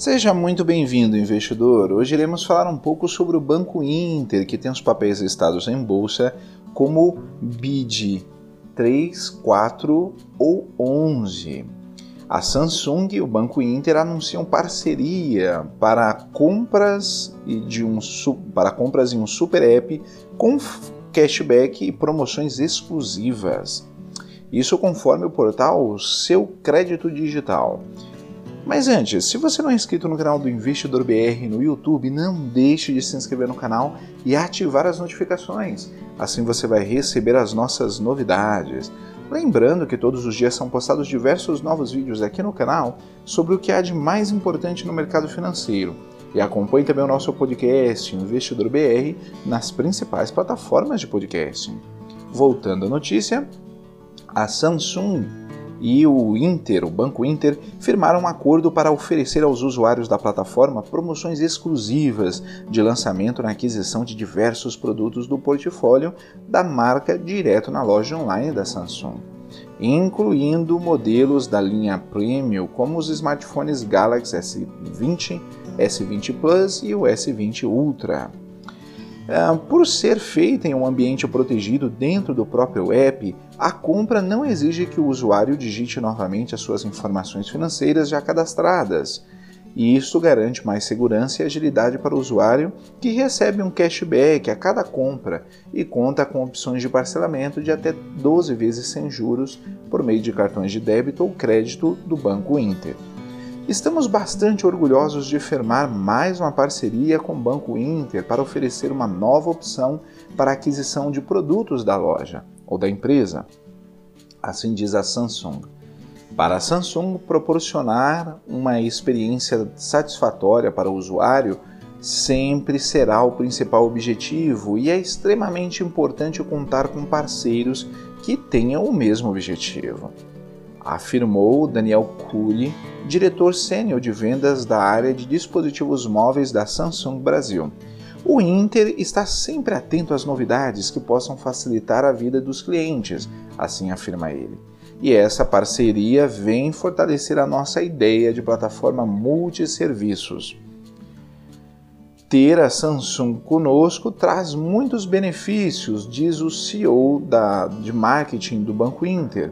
Seja muito bem-vindo, investidor. Hoje iremos falar um pouco sobre o Banco Inter, que tem os papéis listados em bolsa como BID 3, 4 ou 11. A Samsung e o Banco Inter anunciam parceria para compras em um super app com cashback e promoções exclusivas. Isso conforme o portal Seu Crédito Digital. Mas antes, se você não é inscrito no canal do Investidor BR no YouTube, não deixe de se inscrever no canal e ativar as notificações. Assim você vai receber as nossas novidades. Lembrando que todos os dias são postados diversos novos vídeos aqui no canal sobre o que há de mais importante no mercado financeiro. E acompanhe também o nosso podcast Investidor BR nas principais plataformas de podcasting. Voltando à notícia, a Samsung e o Banco Inter, firmaram um acordo para oferecer aos usuários da plataforma promoções exclusivas de lançamento na aquisição de diversos produtos do portfólio da marca direto na loja online da Samsung, incluindo modelos da linha Premium como os smartphones Galaxy S20, S20 Plus e o S20 Ultra. Por ser feita em um ambiente protegido dentro do próprio app, a compra não exige que o usuário digite novamente as suas informações financeiras já cadastradas, e isso garante mais segurança e agilidade para o usuário, que recebe um cashback a cada compra e conta com opções de parcelamento de até 12 vezes sem juros por meio de cartões de débito ou crédito do Banco Inter. Estamos bastante orgulhosos de firmar mais uma parceria com o Banco Inter para oferecer uma nova opção para a aquisição de produtos da loja ou da empresa. Assim diz a Samsung. Para a Samsung, proporcionar uma experiência satisfatória para o usuário sempre será o principal objetivo e é extremamente importante contar com parceiros que tenham o mesmo objetivo, afirmou Daniel Cury, diretor sênior de vendas da área de dispositivos móveis da Samsung Brasil. O Inter está sempre atento às novidades que possam facilitar a vida dos clientes, assim afirma ele. E essa parceria vem fortalecer a nossa ideia de plataforma multisserviços. Ter a Samsung conosco traz muitos benefícios, diz o CEO de marketing do Banco Inter.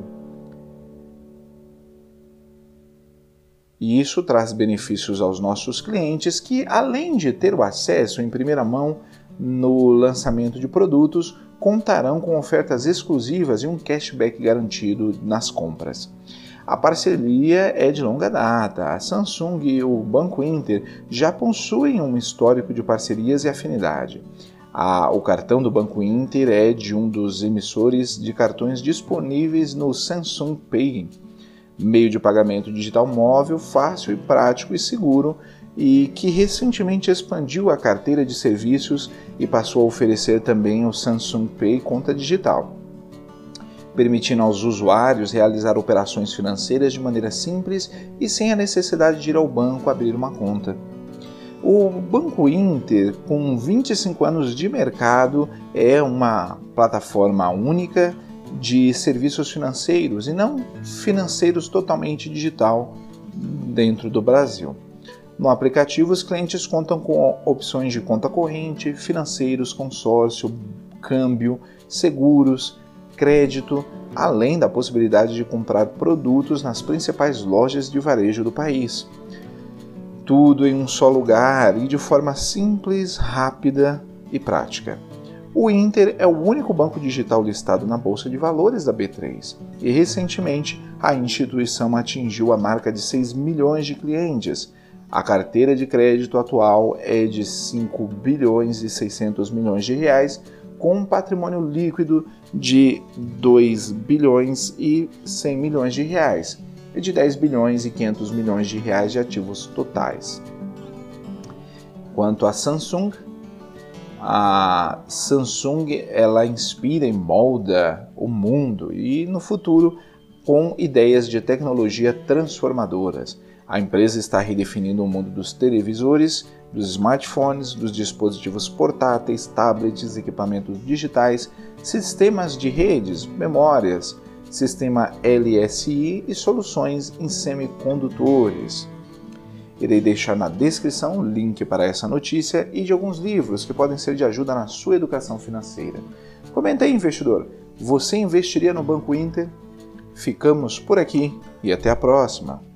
E isso traz benefícios aos nossos clientes que, além de ter o acesso em primeira mão no lançamento de produtos, contarão com ofertas exclusivas e um cashback garantido nas compras. A parceria é de longa data. A Samsung e o Banco Inter já possuem um histórico de parcerias e afinidade. O cartão do Banco Inter é de um dos emissores de cartões disponíveis no Samsung Pay, meio de pagamento digital móvel, fácil e prático e seguro, e que recentemente expandiu a carteira de serviços e passou a oferecer também o Samsung Pay Conta Digital, permitindo aos usuários realizar operações financeiras de maneira simples e sem a necessidade de ir ao banco abrir uma conta. O Banco Inter, com 25 anos de mercado, é uma plataforma única de serviços financeiros e não financeiros totalmente digital dentro do Brasil. No aplicativo, os clientes contam com opções de conta corrente, financeiros, consórcio, câmbio, seguros, crédito, além da possibilidade de comprar produtos nas principais lojas de varejo do país. Tudo em um só lugar e de forma simples, rápida e prática. O Inter é o único banco digital listado na Bolsa de Valores da B3 e, recentemente, a instituição atingiu a marca de 6 milhões de clientes. A carteira de crédito atual é de 5 bilhões e 600 milhões de reais, com um patrimônio líquido de 2 bilhões e 100 milhões de reais e de 10 bilhões e 500 milhões de reais de ativos totais. Quanto à Samsung, a Samsung ela inspira e molda o mundo e no futuro com ideias de tecnologia transformadoras. A empresa está redefinindo o mundo dos televisores, dos smartphones, dos dispositivos portáteis, tablets, equipamentos digitais, sistemas de redes, memórias, sistema LSI e soluções em semicondutores. Irei deixar na descrição o link para essa notícia e de alguns livros que podem ser de ajuda na sua educação financeira. Comenta aí, investidor, você investiria no Banco Inter? Ficamos por aqui e até a próxima!